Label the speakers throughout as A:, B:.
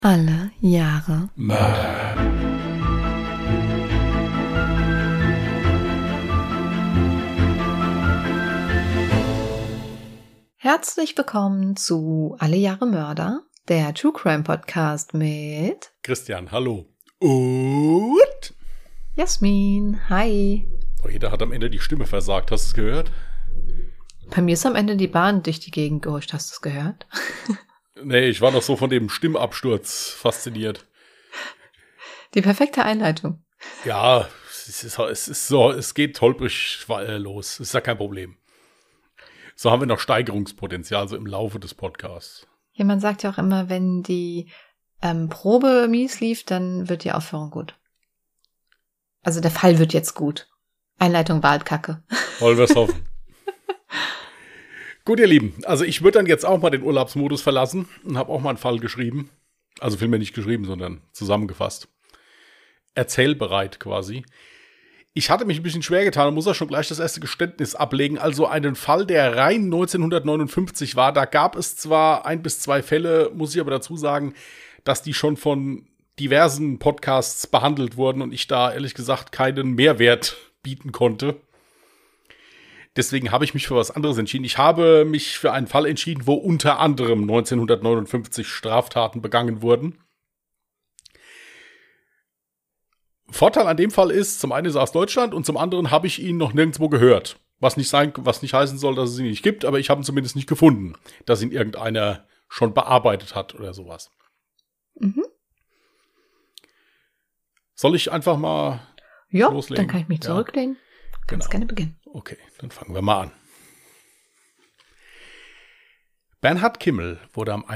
A: Alle Jahre
B: Mörder.
A: Herzlich willkommen zu Alle Jahre Mörder, der True Crime Podcast mit
B: Christian, hallo. Und?
A: Jasmin, hi.
B: Oh, jeder hat am Ende die Stimme versagt, hast du es gehört?
A: Bei mir ist am Ende die Bahn durch die Gegend gehuscht, hast du es gehört?
B: Nee, ich war noch so von dem Stimmabsturz fasziniert.
A: Die perfekte Einleitung.
B: Ja, es geht holprig los. Ist ja kein Problem. So haben wir noch Steigerungspotenzial, so im Laufe des Podcasts.
A: Jemand sagt ja auch immer, wenn die Probe mies lief, dann wird die Aufführung gut. Also der Fall wird jetzt gut. Einleitung war halt kacke.
B: Wollen wir es hoffen. Gut, ihr Lieben, also ich würde dann jetzt auch mal den Urlaubsmodus verlassen und habe auch mal einen Fall geschrieben. Also vielmehr nicht geschrieben, sondern zusammengefasst. Erzählbereit quasi. Ich hatte mich ein bisschen schwer getan und muss auch schon gleich das erste Geständnis ablegen. Also einen Fall, der rein 1959 war. Da gab es zwar 1 bis 2 Fälle, muss ich aber dazu sagen, dass die schon von diversen Podcasts behandelt wurden und ich da ehrlich gesagt keinen Mehrwert bieten konnte. Deswegen habe ich mich für was anderes entschieden. Ich habe mich für einen Fall entschieden, wo unter anderem 1959 Straftaten begangen wurden. Vorteil an dem Fall ist, zum einen ist er aus Deutschland und zum anderen habe ich ihn noch nirgendwo gehört. Was nicht heißen soll, dass es ihn nicht gibt, aber ich habe ihn zumindest nicht gefunden, dass ihn irgendeiner schon bearbeitet hat oder sowas.
A: Mhm.
B: Soll ich einfach mal loslegen?
A: Dann kann ich mich zurücklehnen. Kannst gerne beginnen.
B: Okay, dann fangen wir mal an. Bernhard Kimmel wurde am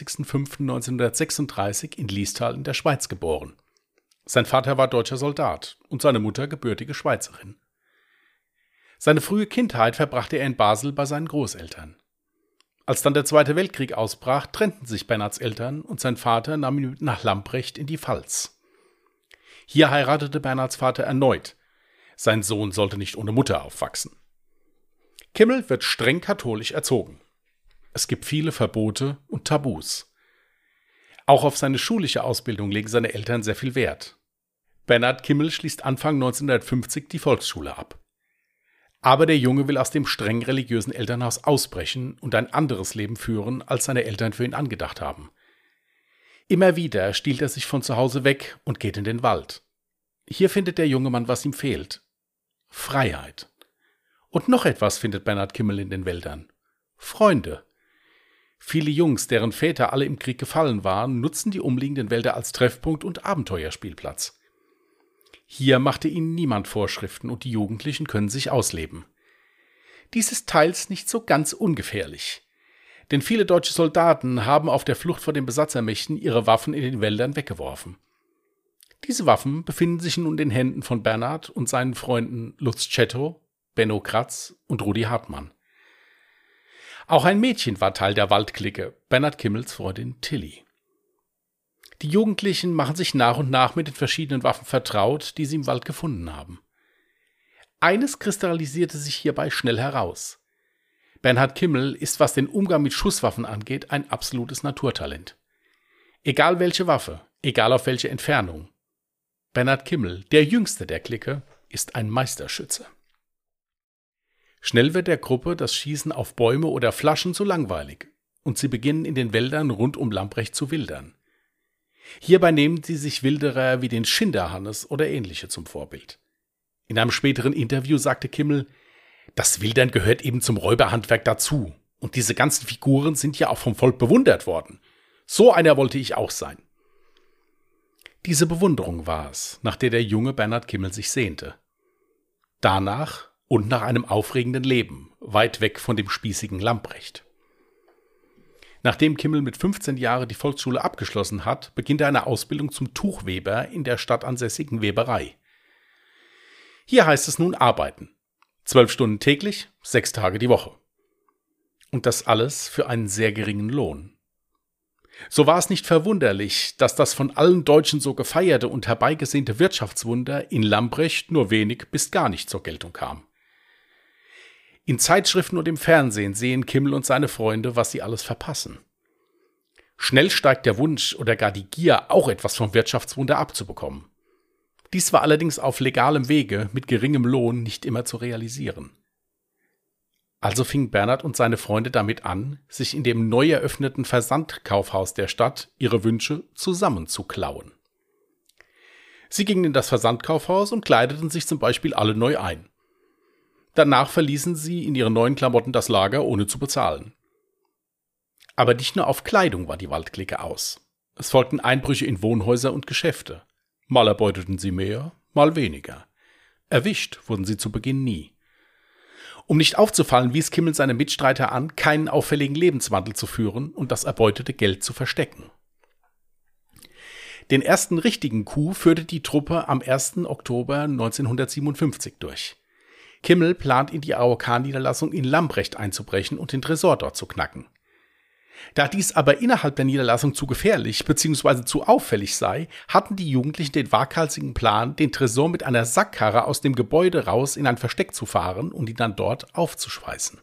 B: 21.05.1936 in Liestal in der Schweiz geboren. Sein Vater war deutscher Soldat und seine Mutter gebürtige Schweizerin. Seine frühe Kindheit verbrachte er in Basel bei seinen Großeltern. Als dann der Zweite Weltkrieg ausbrach, trennten sich Bernhards Eltern und sein Vater nahm ihn nach Lamprecht in die Pfalz. Hier heiratete Bernhards Vater erneut. Sein Sohn sollte nicht ohne Mutter aufwachsen. Kimmel wird streng katholisch erzogen. Es gibt viele Verbote und Tabus. Auch auf seine schulische Ausbildung legen seine Eltern sehr viel Wert. Bernhard Kimmel schließt Anfang 1950 die Volksschule ab. Aber der Junge will aus dem streng religiösen Elternhaus ausbrechen und ein anderes Leben führen, als seine Eltern für ihn angedacht haben. Immer wieder stiehlt er sich von zu Hause weg und geht in den Wald. Hier findet der junge Mann, was ihm fehlt. Freiheit. Und noch etwas findet Bernhard Kimmel in den Wäldern. Freunde. Viele Jungs, deren Väter alle im Krieg gefallen waren, nutzen die umliegenden Wälder als Treffpunkt und Abenteuerspielplatz. Hier machte ihnen niemand Vorschriften und die Jugendlichen können sich ausleben. Dies ist teils nicht so ganz ungefährlich. Denn viele deutsche Soldaten haben auf der Flucht vor den Besatzermächten ihre Waffen in den Wäldern weggeworfen. Diese Waffen befinden sich nun in den Händen von Bernhard und seinen Freunden Lutz Czetto, Benno Kratz und Rudi Hartmann. Auch ein Mädchen war Teil der Waldclique, Bernhard Kimmels Freundin Tilly. Die Jugendlichen machen sich nach und nach mit den verschiedenen Waffen vertraut, die sie im Wald gefunden haben. Eines kristallisierte sich hierbei schnell heraus. Bernhard Kimmel ist, was den Umgang mit Schusswaffen angeht, ein absolutes Naturtalent. Egal welche Waffe, egal auf welche Entfernung. Bernhard Kimmel, der jüngste der Clique, ist ein Meisterschütze. Schnell wird der Gruppe das Schießen auf Bäume oder Flaschen zu langweilig und sie beginnen in den Wäldern rund um Lamprecht zu wildern. Hierbei nehmen sie sich Wilderer wie den Schinderhannes oder ähnliche zum Vorbild. In einem späteren Interview sagte Kimmel, das Wildern gehört eben zum Räuberhandwerk dazu und diese ganzen Figuren sind ja auch vom Volk bewundert worden. So einer wollte ich auch sein. Diese Bewunderung war es, nach der der junge Bernhard Kimmel sich sehnte. Danach und nach einem aufregenden Leben, weit weg von dem spießigen Lamprecht. Nachdem Kimmel mit 15 Jahren die Volksschule abgeschlossen hat, beginnt er eine Ausbildung zum Tuchweber in der stadtansässigen Weberei. Hier heißt es nun arbeiten. 12 Stunden täglich, 6 Tage die Woche. Und das alles für einen sehr geringen Lohn. So war es nicht verwunderlich, dass das von allen Deutschen so gefeierte und herbeigesehnte Wirtschaftswunder in Lamprecht nur wenig bis gar nicht zur Geltung kam. In Zeitschriften und im Fernsehen sehen Kimmel und seine Freunde, was sie alles verpassen. Schnell steigt der Wunsch oder gar die Gier, auch etwas vom Wirtschaftswunder abzubekommen. Dies war allerdings auf legalem Wege mit geringem Lohn nicht immer zu realisieren. Also fingen Bernhard und seine Freunde damit an, sich in dem neu eröffneten Versandkaufhaus der Stadt ihre Wünsche zusammenzuklauen. Sie gingen in das Versandkaufhaus und kleideten sich zum Beispiel alle neu ein. Danach verließen sie in ihren neuen Klamotten das Lager, ohne zu bezahlen. Aber nicht nur auf Kleidung war die Waldclique aus. Es folgten Einbrüche in Wohnhäuser und Geschäfte. Mal erbeuteten sie mehr, mal weniger. Erwischt wurden sie zu Beginn nie. Um nicht aufzufallen, wies Kimmel seine Mitstreiter an, keinen auffälligen Lebenswandel zu führen und das erbeutete Geld zu verstecken. Den ersten richtigen Coup führte die Truppe am 1. Oktober 1957 durch. Kimmel plant, in die AOK-Niederlassung in Lambrecht einzubrechen und den Tresor dort zu knacken. Da dies aber innerhalb der Niederlassung zu gefährlich bzw. zu auffällig sei, hatten die Jugendlichen den waghalsigen Plan, den Tresor mit einer Sackkarre aus dem Gebäude raus in ein Versteck zu fahren und ihn dann dort aufzuschweißen.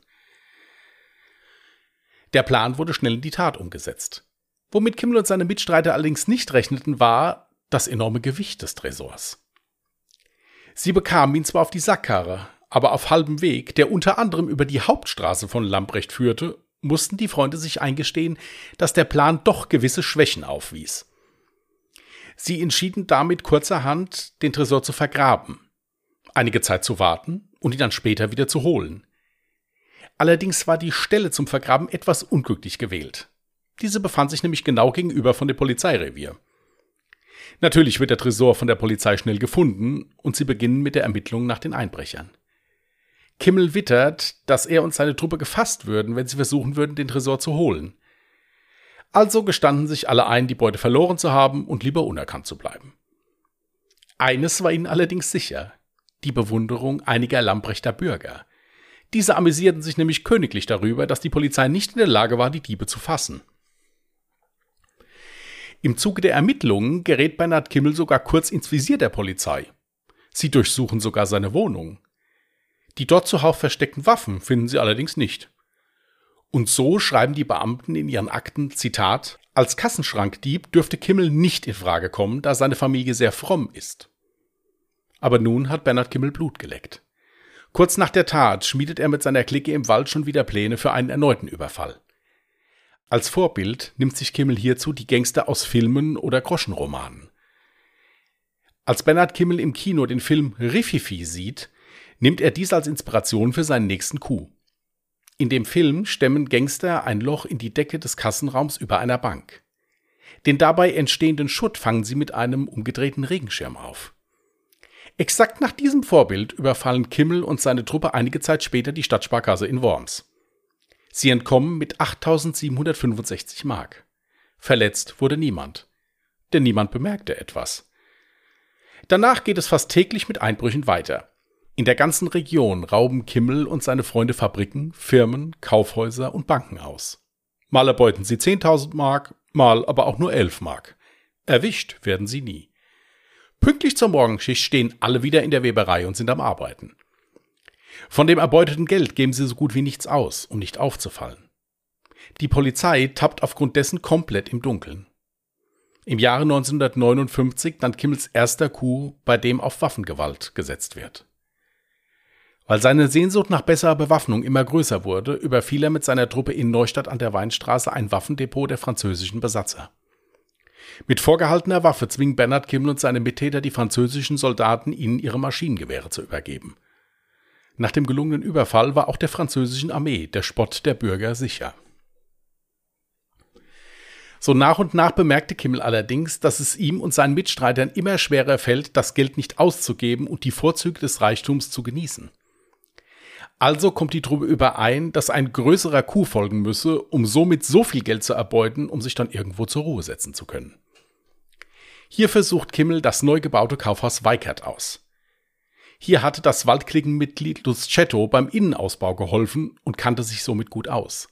B: Der Plan wurde schnell in die Tat umgesetzt. Womit Kimmel und seine Mitstreiter allerdings nicht rechneten, war das enorme Gewicht des Tresors. Sie bekamen ihn zwar auf die Sackkarre, aber auf halbem Weg, der unter anderem über die Hauptstraße von Lambrecht führte, mussten die Freunde sich eingestehen, dass der Plan doch gewisse Schwächen aufwies. Sie entschieden damit kurzerhand, den Tresor zu vergraben, einige Zeit zu warten und ihn dann später wieder zu holen. Allerdings war die Stelle zum Vergraben etwas unglücklich gewählt. Diese befand sich nämlich genau gegenüber von dem Polizeirevier. Natürlich wird der Tresor von der Polizei schnell gefunden und sie beginnen mit der Ermittlung nach den Einbrechern. Kimmel wittert, dass er und seine Truppe gefasst würden, wenn sie versuchen würden, den Tresor zu holen. Also gestanden sich alle ein, die Beute verloren zu haben und lieber unerkannt zu bleiben. Eines war ihnen allerdings sicher: die Bewunderung einiger Lambrechter Bürger. Diese amüsierten sich nämlich königlich darüber, dass die Polizei nicht in der Lage war, die Diebe zu fassen. Im Zuge der Ermittlungen gerät Bernhard Kimmel sogar kurz ins Visier der Polizei. Sie durchsuchen sogar seine Wohnung. Die dort zuhauf versteckten Waffen finden sie allerdings nicht. Und so schreiben die Beamten in ihren Akten, Zitat: Als Kassenschrankdieb dürfte Kimmel nicht in Frage kommen, da seine Familie sehr fromm ist. Aber nun hat Bernhard Kimmel Blut geleckt. Kurz nach der Tat schmiedet er mit seiner Clique im Wald schon wieder Pläne für einen erneuten Überfall. Als Vorbild nimmt sich Kimmel hierzu die Gangster aus Filmen oder Groschenromanen. Als Bernhard Kimmel im Kino den Film Rififi sieht, nimmt er dies als Inspiration für seinen nächsten Coup. In dem Film stemmen Gangster ein Loch in die Decke des Kassenraums über einer Bank. Den dabei entstehenden Schutt fangen sie mit einem umgedrehten Regenschirm auf. Exakt nach diesem Vorbild überfallen Kimmel und seine Truppe einige Zeit später die Stadtsparkasse in Worms. Sie entkommen mit 8.765 Mark. Verletzt wurde niemand, denn niemand bemerkte etwas. Danach geht es fast täglich mit Einbrüchen weiter. In der ganzen Region rauben Kimmel und seine Freunde Fabriken, Firmen, Kaufhäuser und Banken aus. Mal erbeuten sie 10.000 Mark, mal aber auch nur 11 Mark. Erwischt werden sie nie. Pünktlich zur Morgenschicht stehen alle wieder in der Weberei und sind am Arbeiten. Von dem erbeuteten Geld geben sie so gut wie nichts aus, um nicht aufzufallen. Die Polizei tappt aufgrund dessen komplett im Dunkeln. Im Jahre 1959 dann Kimmels erster Coup, bei dem auf Waffengewalt gesetzt wird. Weil seine Sehnsucht nach besserer Bewaffnung immer größer wurde, überfiel er mit seiner Truppe in Neustadt an der Weinstraße ein Waffendepot der französischen Besatzer. Mit vorgehaltener Waffe zwingen Bernhard Kimmel und seine Mittäter die französischen Soldaten, ihnen ihre Maschinengewehre zu übergeben. Nach dem gelungenen Überfall war auch der französischen Armee der Spott der Bürger sicher. So nach und nach bemerkte Kimmel allerdings, dass es ihm und seinen Mitstreitern immer schwerer fällt, das Geld nicht auszugeben und die Vorzüge des Reichtums zu genießen. Also kommt die Truppe überein, dass ein größerer Coup folgen müsse, um somit so viel Geld zu erbeuten, um sich dann irgendwo zur Ruhe setzen zu können. Hier versucht Kimmel das neu gebaute Kaufhaus Weikert aus. Hier hatte das Waldklickenmitglied Luzzcetto beim Innenausbau geholfen und kannte sich somit gut aus.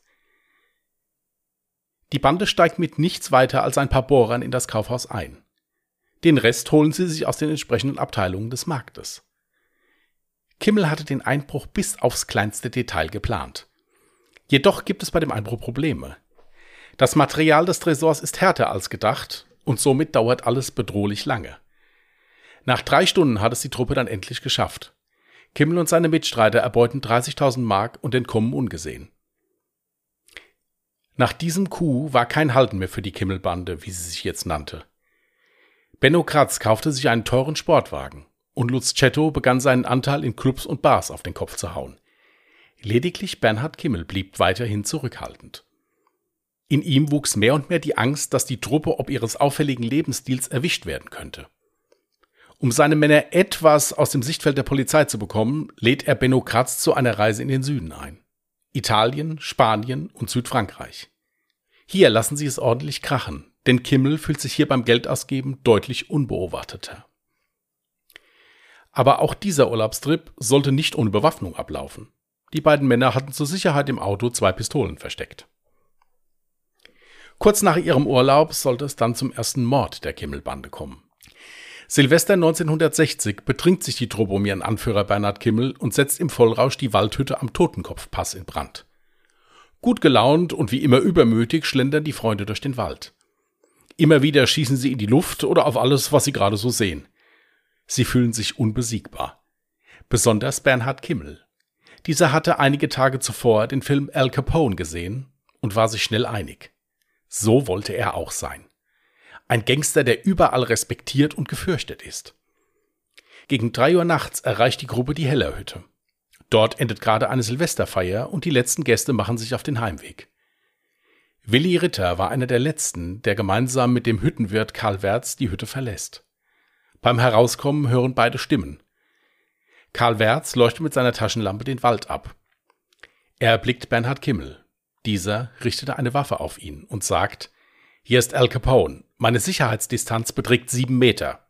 B: Die Bande steigt mit nichts weiter als ein paar Bohrern in das Kaufhaus ein. Den Rest holen sie sich aus den entsprechenden Abteilungen des Marktes. Kimmel hatte den Einbruch bis aufs kleinste Detail geplant. Jedoch gibt es bei dem Einbruch Probleme. Das Material des Tresors ist härter als gedacht und somit dauert alles bedrohlich lange. Nach 3 Stunden hat es die Truppe dann endlich geschafft. Kimmel und seine Mitstreiter erbeuten 30.000 Mark und entkommen ungesehen. Nach diesem Coup war kein Halten mehr für die Kimmel-Bande, wie sie sich jetzt nannte. Benno Kratz kaufte sich einen teuren Sportwagen und Lutz Czetto begann seinen Anteil in Clubs und Bars auf den Kopf zu hauen. Lediglich Bernhard Kimmel blieb weiterhin zurückhaltend. In ihm wuchs mehr und mehr die Angst, dass die Truppe ob ihres auffälligen Lebensstils erwischt werden könnte. Um seine Männer etwas aus dem Sichtfeld der Polizei zu bekommen, lädt er Benno Kratz zu einer Reise in den Süden ein. Italien, Spanien und Südfrankreich. Hier lassen sie es ordentlich krachen, denn Kimmel fühlt sich hier beim Geldausgeben deutlich unbeobachteter. Aber auch dieser Urlaubstrip sollte nicht ohne Bewaffnung ablaufen. Die beiden Männer hatten zur Sicherheit im Auto 2 Pistolen versteckt. Kurz nach ihrem Urlaub sollte es dann zum ersten Mord der Kimmel-Bande kommen. Silvester 1960 betrinkt sich die Truppe um ihren Anführer Bernhard Kimmel und setzt im Vollrausch die Waldhütte am Totenkopfpass in Brand. Gut gelaunt und wie immer übermütig schlendern die Freunde durch den Wald. Immer wieder schießen sie in die Luft oder auf alles, was sie gerade so sehen. Sie fühlen sich unbesiegbar. Besonders Bernhard Kimmel. Dieser hatte einige Tage zuvor den Film Al Capone gesehen und war sich schnell einig. So wollte er auch sein. Ein Gangster, der überall respektiert und gefürchtet ist. Gegen 3 Uhr nachts erreicht die Gruppe die Hellerhütte. Dort endet gerade eine Silvesterfeier und die letzten Gäste machen sich auf den Heimweg. Willi Ritter war einer der letzten, der gemeinsam mit dem Hüttenwirt Karl Wertz die Hütte verlässt. Beim Herauskommen hören beide Stimmen. Karl Wertz leuchtet mit seiner Taschenlampe den Wald ab. Er erblickt Bernhard Kimmel. Dieser richtete eine Waffe auf ihn und sagt: Hier ist Al Capone. Meine Sicherheitsdistanz beträgt 7 Meter.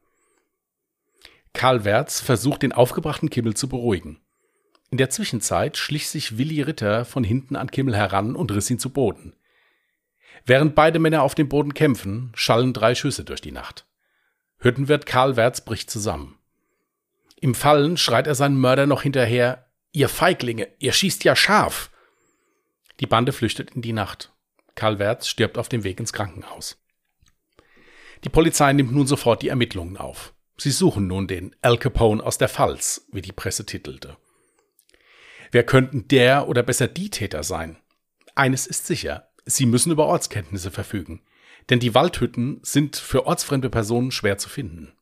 B: Karl Wertz versucht, den aufgebrachten Kimmel zu beruhigen. In der Zwischenzeit schlich sich Willi Ritter von hinten an Kimmel heran und riss ihn zu Boden. Während beide Männer auf dem Boden kämpfen, schallen 3 Schüsse durch die Nacht. Hüttenwirt Karl Wertz bricht zusammen. Im Fallen schreit er seinen Mörder noch hinterher: Ihr Feiglinge, ihr schießt ja scharf! Die Bande flüchtet in die Nacht. Karl Wertz stirbt auf dem Weg ins Krankenhaus. Die Polizei nimmt nun sofort die Ermittlungen auf. Sie suchen nun den Al Capone aus der Pfalz, wie die Presse titelte. Wer könnten der oder besser die Täter sein? Eines ist sicher: Sie müssen über Ortskenntnisse verfügen, denn die Waldhütten sind für ortsfremde Personen schwer zu finden.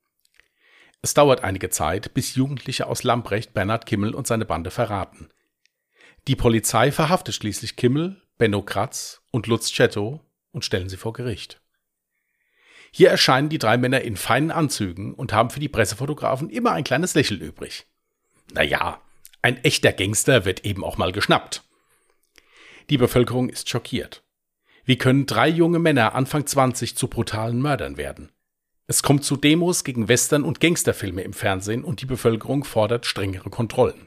B: Es dauert einige Zeit, bis Jugendliche aus Lamprecht Bernhard Kimmel und seine Bande verraten. Die Polizei verhaftet schließlich Kimmel, Benno Kratz und Lutz Czetto und stellen sie vor Gericht. Hier erscheinen die 3 Männer in feinen Anzügen und haben für die Pressefotografen immer ein kleines Lächeln übrig. Naja, ein echter Gangster wird eben auch mal geschnappt. Die Bevölkerung ist schockiert. Wie können 3 junge Männer Anfang 20 zu brutalen Mördern werden? Es kommt zu Demos gegen Western- und Gangsterfilme im Fernsehen und die Bevölkerung fordert strengere Kontrollen.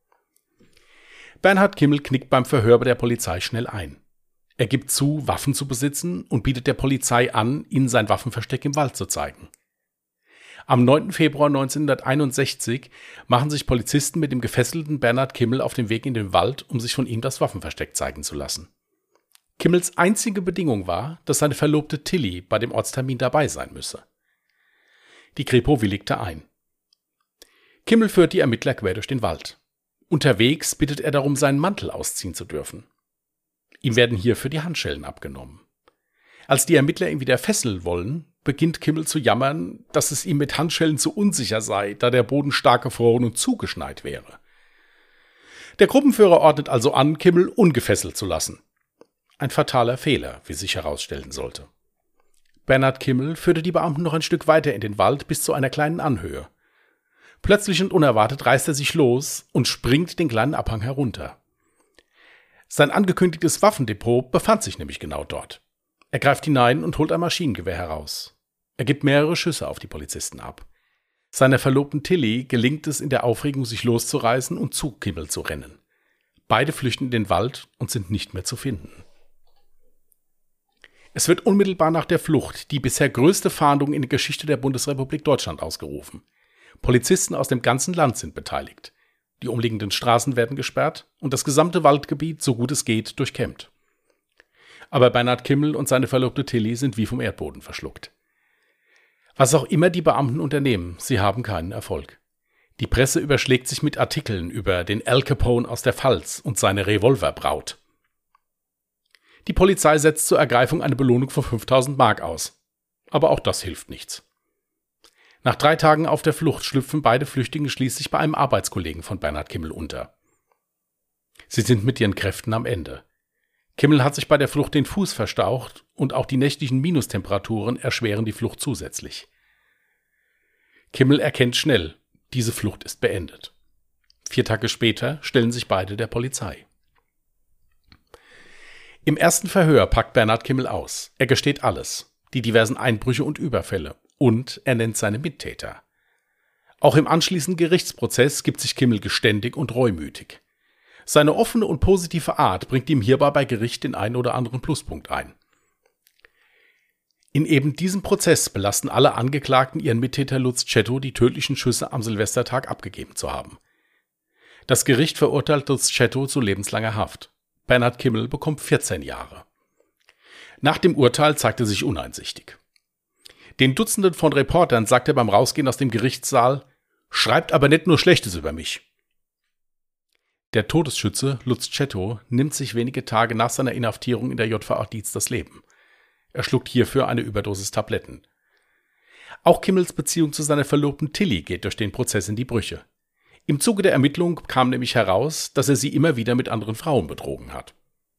B: Bernhard Kimmel knickt beim Verhör bei der Polizei schnell ein. Er gibt zu, Waffen zu besitzen und bietet der Polizei an, ihnen sein Waffenversteck im Wald zu zeigen. Am 9. Februar 1961 machen sich Polizisten mit dem gefesselten Bernhard Kimmel auf den Weg in den Wald, um sich von ihm das Waffenversteck zeigen zu lassen. Kimmels einzige Bedingung war, dass seine Verlobte Tilly bei dem Ortstermin dabei sein müsse. Die Kripo willigte ein. Kimmel führt die Ermittler quer durch den Wald. Unterwegs bittet er darum, seinen Mantel ausziehen zu dürfen. Ihm werden hierfür die Handschellen abgenommen. Als die Ermittler ihn wieder fesseln wollen, beginnt Kimmel zu jammern, dass es ihm mit Handschellen zu unsicher sei, da der Boden stark gefroren und zugeschneit wäre. Der Gruppenführer ordnet also an, Kimmel ungefesselt zu lassen. Ein fataler Fehler, wie sich herausstellen sollte. Bernhard Kimmel führte die Beamten noch ein Stück weiter in den Wald bis zu einer kleinen Anhöhe. Plötzlich und unerwartet reißt er sich los und springt den kleinen Abhang herunter. Sein angekündigtes Waffendepot befand sich nämlich genau dort. Er greift hinein und holt ein Maschinengewehr heraus. Er gibt mehrere Schüsse auf die Polizisten ab. Seiner Verlobten Tilly gelingt es in der Aufregung, sich loszureißen und zu Kimmel zu rennen. Beide flüchten in den Wald und sind nicht mehr zu finden. Es wird unmittelbar nach der Flucht die bisher größte Fahndung in der Geschichte der Bundesrepublik Deutschland ausgerufen. Polizisten aus dem ganzen Land sind beteiligt. Die umliegenden Straßen werden gesperrt und das gesamte Waldgebiet, so gut es geht, durchkämmt. Aber Bernhard Kimmel und seine Verlobte Tilly sind wie vom Erdboden verschluckt. Was auch immer die Beamten unternehmen, sie haben keinen Erfolg. Die Presse überschlägt sich mit Artikeln über den Al Capone aus der Pfalz und seine Revolverbraut. Die Polizei setzt zur Ergreifung eine Belohnung von 5.000 Mark aus. Aber auch das hilft nichts. Nach 3 Tagen auf der Flucht schlüpfen beide Flüchtlinge schließlich bei einem Arbeitskollegen von Bernhard Kimmel unter. Sie sind mit ihren Kräften am Ende. Kimmel hat sich bei der Flucht den Fuß verstaucht und auch die nächtlichen Minustemperaturen erschweren die Flucht zusätzlich. Kimmel erkennt schnell, diese Flucht ist beendet. 4 Tage später stellen sich beide der Polizei. Im ersten Verhör packt Bernhard Kimmel aus. Er gesteht alles, die diversen Einbrüche und Überfälle, und er nennt seine Mittäter. Auch im anschließenden Gerichtsprozess gibt sich Kimmel geständig und reumütig. Seine offene und positive Art bringt ihm hierbei bei Gericht den einen oder anderen Pluspunkt ein. In eben diesem Prozess belasten alle Angeklagten ihren Mittäter Lutz Czetto, die tödlichen Schüsse am Silvestertag abgegeben zu haben. Das Gericht verurteilt Lutz Czetto zu lebenslanger Haft. Bernhard Kimmel bekommt 14 Jahre. Nach dem Urteil zeigt er sich uneinsichtig. Den Dutzenden von Reportern sagt er beim Rausgehen aus dem Gerichtssaal: „Schreibt aber nicht nur Schlechtes über mich." Der Todesschütze Lutz Czetto nimmt sich wenige Tage nach seiner Inhaftierung in der JVA Dietz das Leben. Er schluckt hierfür eine Überdosis Tabletten. Auch Kimmels Beziehung zu seiner Verlobten Tilly geht durch den Prozess in die Brüche. Im Zuge der Ermittlung kam nämlich heraus, dass er sie immer wieder mit anderen Frauen betrogen hat.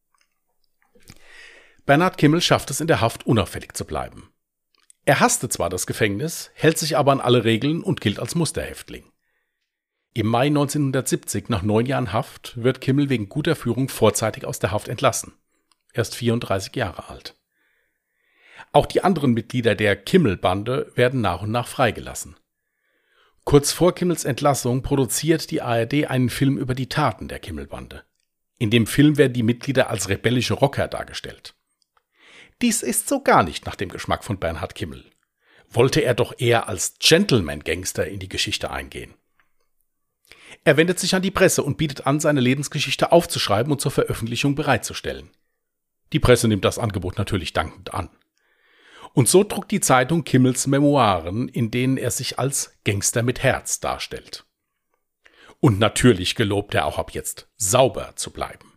B: Bernhard Kimmel schafft es in der Haft, unauffällig zu bleiben. Er hasste zwar das Gefängnis, hält sich aber an alle Regeln und gilt als Musterhäftling. Im Mai 1970, nach 9 Jahren Haft, wird Kimmel wegen guter Führung vorzeitig aus der Haft entlassen. Er ist 34 Jahre alt. Auch die anderen Mitglieder der Kimmel-Bande werden nach und nach freigelassen. Kurz vor Kimmels Entlassung produziert die ARD einen Film über die Taten der Kimmel-Bande. In dem Film werden die Mitglieder als rebellische Rocker dargestellt. Dies ist so gar nicht nach dem Geschmack von Bernhard Kimmel. Wollte er doch eher als Gentleman-Gangster in die Geschichte eingehen. Er wendet sich an die Presse und bietet an, seine Lebensgeschichte aufzuschreiben und zur Veröffentlichung bereitzustellen. Die Presse nimmt das Angebot natürlich dankend an. Und so druckt die Zeitung Kimmels Memoiren, in denen er sich als Gangster mit Herz darstellt. Und natürlich gelobt er auch ab jetzt, sauber zu bleiben.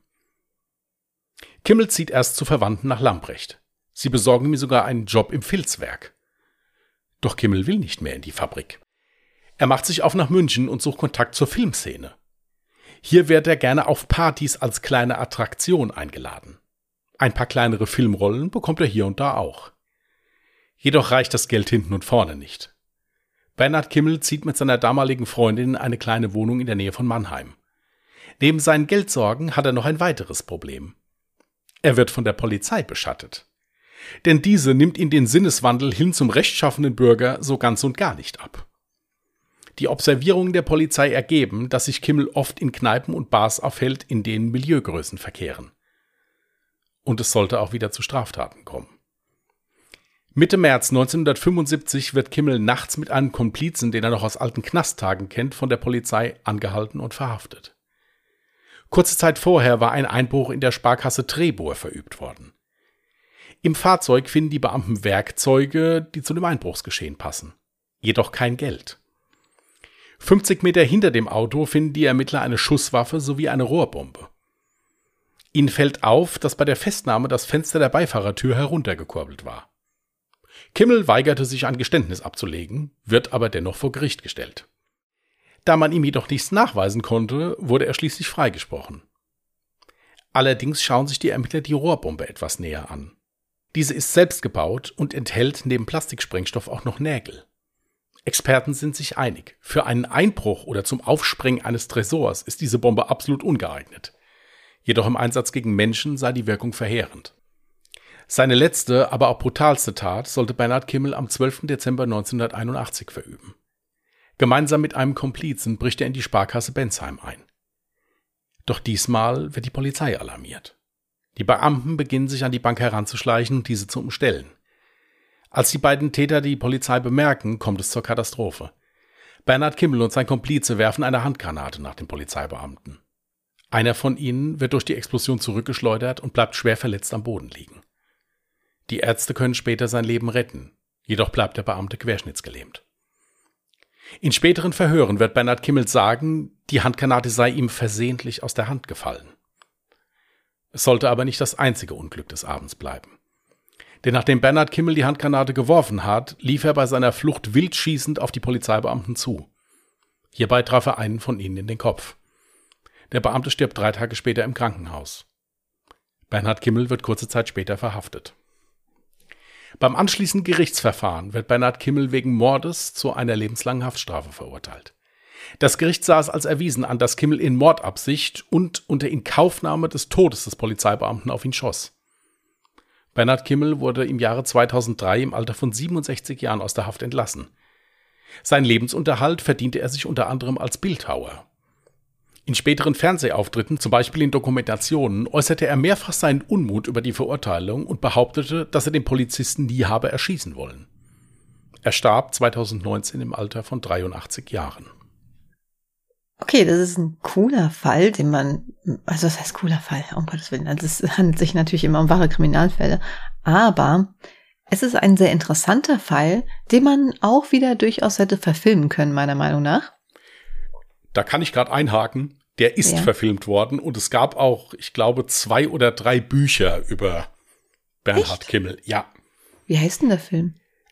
B: Kimmel zieht erst zu Verwandten nach Lambrecht. Sie besorgen ihm sogar einen Job im Filzwerk. Doch Kimmel will nicht mehr in die Fabrik. Er macht sich auf nach München und sucht Kontakt zur Filmszene. Hier wird er gerne auf Partys als kleine Attraktion eingeladen. Ein paar kleinere Filmrollen bekommt er hier und da auch. Jedoch reicht das Geld hinten und vorne nicht. Bernhard Kimmel zieht mit seiner damaligen Freundin in eine kleine Wohnung in der Nähe von Mannheim. Neben seinen Geldsorgen hat er noch ein weiteres Problem. Er wird von der Polizei beschattet. Denn diese nimmt ihm den Sinneswandel hin zum rechtschaffenen Bürger so ganz und gar nicht ab. Die Observierungen der Polizei ergeben, dass sich Kimmel oft in Kneipen und Bars aufhält, in denen Milieugrößen verkehren. Und es sollte auch wieder zu Straftaten kommen. Mitte März 1975 wird Kimmel nachts mit einem Komplizen, den er noch aus alten Knasttagen kennt, von der Polizei angehalten und verhaftet. Kurze Zeit vorher war ein Einbruch in der Sparkasse Trebur verübt worden. Im Fahrzeug finden die Beamten Werkzeuge, die zu dem Einbruchsgeschehen passen. Jedoch kein Geld. 50 Meter hinter dem Auto finden die Ermittler eine Schusswaffe sowie eine Rohrbombe. Ihnen fällt auf, dass bei der Festnahme das Fenster der Beifahrertür heruntergekurbelt war. Kimmel weigerte sich, ein Geständnis abzulegen, wird aber dennoch vor Gericht gestellt. Da man ihm jedoch nichts nachweisen konnte, wurde er schließlich freigesprochen. Allerdings schauen sich die Ermittler die Rohrbombe etwas näher an. Diese ist selbst gebaut und enthält neben Plastiksprengstoff auch noch Nägel. Experten sind sich einig, für einen Einbruch oder zum Aufsprengen eines Tresors ist diese Bombe absolut ungeeignet. Jedoch im Einsatz gegen Menschen sei die Wirkung verheerend. Seine letzte, aber auch brutalste Tat sollte Bernhard Kimmel am 12. Dezember 1981 verüben. Gemeinsam mit einem Komplizen bricht er in die Sparkasse Bensheim ein. Doch diesmal wird die Polizei alarmiert. Die Beamten beginnen sich an die Bank heranzuschleichen und diese zu umstellen. Als die beiden Täter die Polizei bemerken, kommt es zur Katastrophe. Bernhard Kimmel und sein Komplize werfen eine Handgranate nach den Polizeibeamten. Einer von ihnen wird durch die Explosion zurückgeschleudert und bleibt schwer verletzt am Boden liegen. Die Ärzte können später sein Leben retten. Jedoch bleibt der Beamte querschnittsgelähmt. In späteren Verhören wird Bernhard Kimmel sagen, die Handgranate sei ihm versehentlich aus der Hand gefallen. Es sollte aber nicht das einzige Unglück des Abends bleiben. Denn nachdem Bernhard Kimmel die Handgranate geworfen hat, lief er bei seiner Flucht wild schießend auf die Polizeibeamten zu. Hierbei traf er einen von ihnen in den Kopf. Der Beamte stirbt 3 Tage später im Krankenhaus. Bernhard Kimmel wird kurze Zeit später verhaftet. Beim anschließenden Gerichtsverfahren wird Bernhard Kimmel wegen Mordes zu einer lebenslangen Haftstrafe verurteilt. Das Gericht sah es als erwiesen an, dass Kimmel in Mordabsicht und unter Inkaufnahme des Todes des Polizeibeamten auf ihn schoss. Bernhard Kimmel wurde im Jahre 2003 im Alter von 67 Jahren aus der Haft entlassen. Seinen Lebensunterhalt verdiente er sich unter anderem als Bildhauer. In späteren Fernsehauftritten, zum Beispiel in Dokumentationen, äußerte er mehrfach seinen Unmut über die Verurteilung und behauptete, dass er den Polizisten nie habe erschießen wollen. Er starb 2019 im Alter von 83 Jahren.
A: Okay, das ist ein cooler Fall, also das heißt cooler Fall, um Gottes Willen. Also es handelt sich natürlich immer um wahre Kriminalfälle, aber es ist ein sehr interessanter Fall, den man auch wieder durchaus hätte verfilmen können, meiner Meinung nach.
B: Da kann ich gerade einhaken, der ist verfilmt worden und es gab auch, ich glaube, 2 oder 3 Bücher über Bernhard Kimmel. Ja.
A: Wie heißt denn der Film?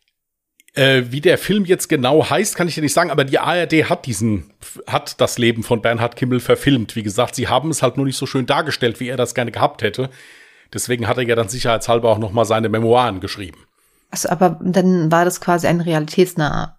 B: Wie der Film jetzt genau heißt, kann ich dir nicht sagen, aber die ARD hat das Leben von Bernhard Kimmel verfilmt. Wie gesagt, sie haben es halt nur nicht so schön dargestellt, wie er das gerne gehabt hätte. Deswegen hat er ja dann sicherheitshalber auch noch mal seine Memoiren geschrieben.
A: Achso, aber dann war das quasi ein realitätsnaher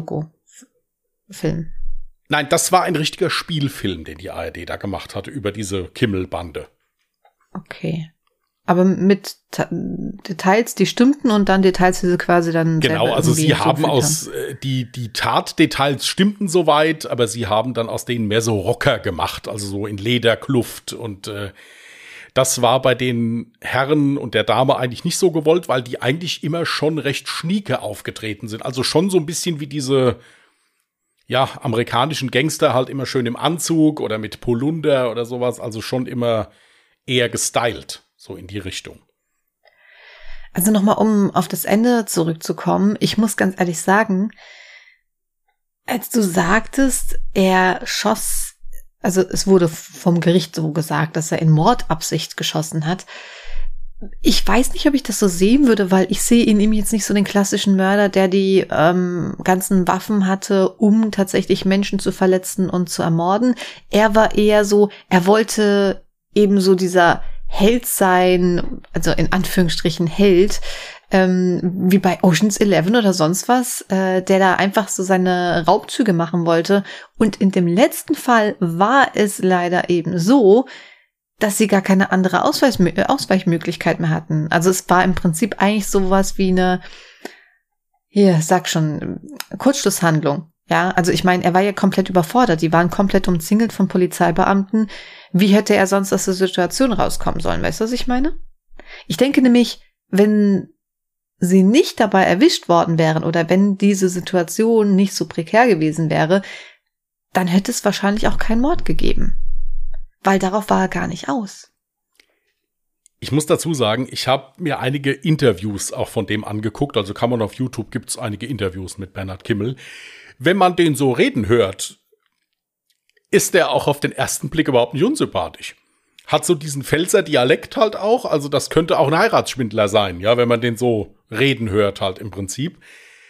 A: Doku-Film.
B: Nein, das war ein richtiger Spielfilm, den die ARD da gemacht hatte über diese Kimmel-Bande.
A: Okay. Aber mit Details, die stimmten und dann Details, die sie quasi dann
B: genau, also sie haben die Tatdetails stimmten soweit, aber sie haben dann aus denen mehr so Rocker gemacht, also so in Lederkluft und das war bei den Herren und der Dame eigentlich nicht so gewollt, weil die eigentlich immer schon recht schnieke aufgetreten sind, also schon so ein bisschen wie diese amerikanischen Gangster halt immer schön im Anzug oder mit Polunder oder sowas, also schon immer eher gestylt. So in die Richtung.
A: Also nochmal, um auf das Ende zurückzukommen. Ich muss ganz ehrlich sagen, als du sagtest, er schoss, also es wurde vom Gericht so gesagt, dass er in Mordabsicht geschossen hat. Ich weiß nicht, ob ich das so sehen würde, weil ich sehe in ihm jetzt nicht so den klassischen Mörder, der die ganzen Waffen hatte, um tatsächlich Menschen zu verletzen und zu ermorden. Er war eher so, er wollte eben so dieser Held sein, also in Anführungsstrichen Held, wie bei Ocean's 11 oder sonst was, der da einfach so seine Raubzüge machen wollte. Und in dem letzten Fall war es leider eben so, dass sie gar keine andere Ausweichmöglichkeit mehr hatten. Also es war im Prinzip eigentlich sowas wie eine, Kurzschlusshandlung. Ja, also ich meine, er war ja komplett überfordert. Die waren komplett umzingelt von Polizeibeamten. Wie hätte er sonst aus der Situation rauskommen sollen? Weißt du, was ich meine? Ich denke nämlich, wenn sie nicht dabei erwischt worden wären oder wenn diese Situation nicht so prekär gewesen wäre, dann hätte es wahrscheinlich auch keinen Mord gegeben. Weil darauf war er gar nicht aus.
B: Ich muss dazu sagen, ich habe mir einige Interviews auch von dem angeguckt. Also kann man auf YouTube, gibt es einige Interviews mit Bernhard Kimmel. Wenn man den so reden hört, ist der auch auf den ersten Blick überhaupt nicht unsympathisch. Hat so diesen Pfälzer Dialekt halt auch, also das könnte auch ein Heiratsschwindler sein, ja, wenn man den so reden hört halt im Prinzip.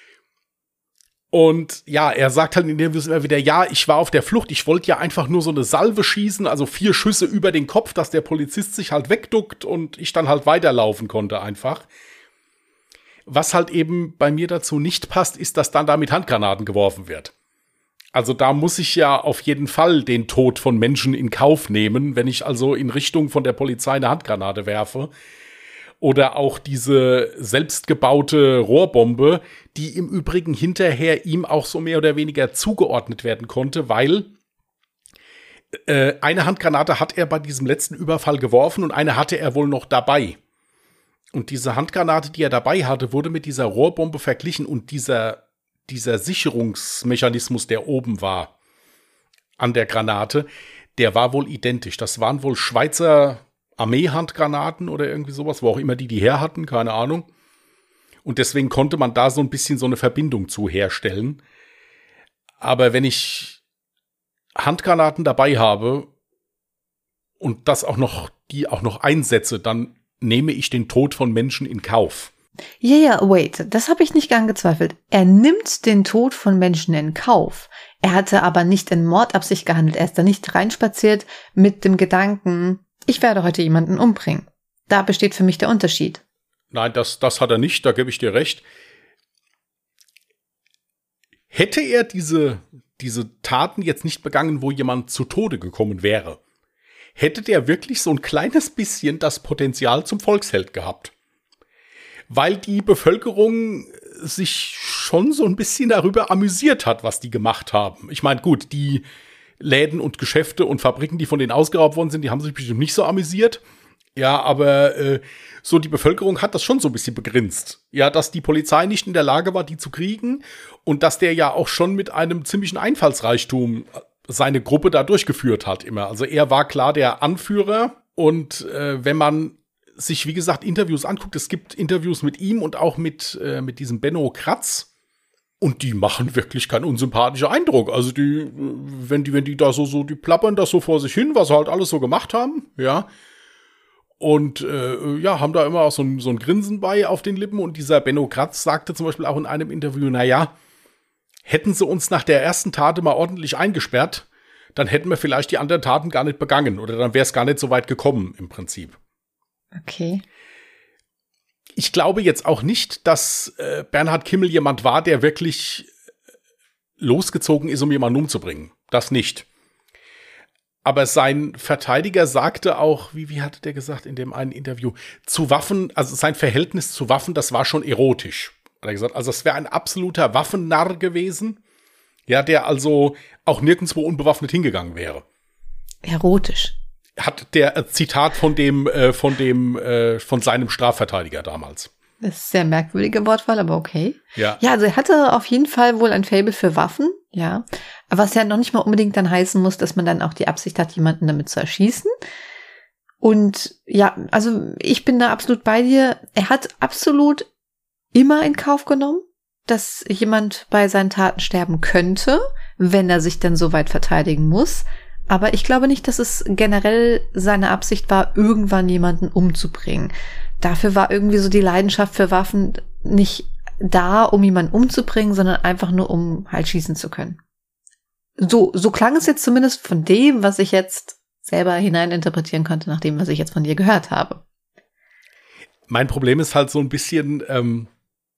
B: Und ja, er sagt halt in den Interviews immer wieder, ja, ich war auf der Flucht, ich wollte ja einfach nur so eine Salve schießen, also 4 Schüsse über den Kopf, dass der Polizist sich halt wegduckt und ich dann halt weiterlaufen konnte einfach. Was halt eben bei mir dazu nicht passt, ist, dass dann da mit Handgranaten geworfen wird. Also da muss ich ja auf jeden Fall den Tod von Menschen in Kauf nehmen, wenn ich also in Richtung von der Polizei eine Handgranate werfe. Oder auch diese selbstgebaute Rohrbombe, die im Übrigen hinterher ihm auch so mehr oder weniger zugeordnet werden konnte, weil eine Handgranate hat er bei diesem letzten Überfall geworfen und eine hatte er wohl noch dabei. Und diese Handgranate, die er dabei hatte, wurde mit dieser Rohrbombe verglichen und dieser Sicherungsmechanismus, der oben war an der Granate, der war wohl identisch. Das waren wohl Schweizer Armeehandgranaten oder irgendwie sowas, wo auch immer die her hatten, keine Ahnung. Und deswegen konnte man da so ein bisschen so eine Verbindung zu herstellen. Aber wenn ich Handgranaten dabei habe und die auch noch einsetze, dann nehme ich den Tod von Menschen in Kauf.
A: Ja, wait, das habe ich nicht angezweifelt. Er nimmt den Tod von Menschen in Kauf. Er hatte aber nicht in Mordabsicht gehandelt. Er ist da nicht reinspaziert mit dem Gedanken, ich werde heute jemanden umbringen. Da besteht für mich der Unterschied.
B: Nein, das hat er nicht, da gebe ich dir recht. Hätte er diese Taten jetzt nicht begangen, wo jemand zu Tode gekommen wäre, hätte der wirklich so ein kleines bisschen das Potenzial zum Volksheld gehabt. Weil die Bevölkerung sich schon so ein bisschen darüber amüsiert hat, was die gemacht haben. Ich meine, gut, die Läden und Geschäfte und Fabriken, die von denen ausgeraubt worden sind, die haben sich bestimmt nicht so amüsiert. Ja, aber so die Bevölkerung hat das schon so ein bisschen begrinst. Ja, dass die Polizei nicht in der Lage war, die zu kriegen und dass der ja auch schon mit einem ziemlichen Einfallsreichtum seine Gruppe da durchgeführt hat immer. Also er war klar der Anführer und wenn man sich, wie gesagt, Interviews anguckt, es gibt Interviews mit ihm und auch mit diesem Benno Kratz und die machen wirklich keinen unsympathischen Eindruck. Also wenn die da so, die plappern das so vor sich hin, was sie halt alles so gemacht haben, ja. Und haben da immer auch so ein Grinsen bei auf den Lippen. Und dieser Benno Kratz sagte zum Beispiel auch in einem Interview, naja, hätten sie uns nach der ersten Tat mal ordentlich eingesperrt, dann hätten wir vielleicht die anderen Taten gar nicht begangen. Oder dann wäre es gar nicht so weit gekommen im Prinzip.
A: Okay.
B: Ich glaube jetzt auch nicht, dass Bernhard Kimmel jemand war, der wirklich losgezogen ist, um jemanden umzubringen. Das nicht. Aber sein Verteidiger sagte auch, wie hatte der gesagt in dem einen Interview, zu Waffen, also sein Verhältnis zu Waffen, das war schon erotisch. Hat er gesagt, also es wäre ein absoluter Waffennarr gewesen, ja, der also auch nirgendwo unbewaffnet hingegangen wäre.
A: Erotisch.
B: Hat der Zitat von seinem Strafverteidiger damals.
A: Das ist sehr merkwürdige Wortwahl, aber okay.
B: Ja.
A: Ja, also er hatte auf jeden Fall wohl ein Faible für Waffen, ja. Aber was ja noch nicht mal unbedingt dann heißen muss, dass man dann auch die Absicht hat, jemanden damit zu erschießen. Und ja, also ich bin da absolut bei dir. Er hat absolut immer in Kauf genommen, dass jemand bei seinen Taten sterben könnte, wenn er sich dann so weit verteidigen muss. Aber ich glaube nicht, dass es generell seine Absicht war, irgendwann jemanden umzubringen. Dafür war irgendwie so die Leidenschaft für Waffen nicht da, um jemanden umzubringen, sondern einfach nur, um halt schießen zu können. So klang es jetzt zumindest von dem, was ich jetzt selber hineininterpretieren konnte, nach dem, was ich jetzt von dir gehört habe.
B: Mein Problem ist halt so ein bisschen,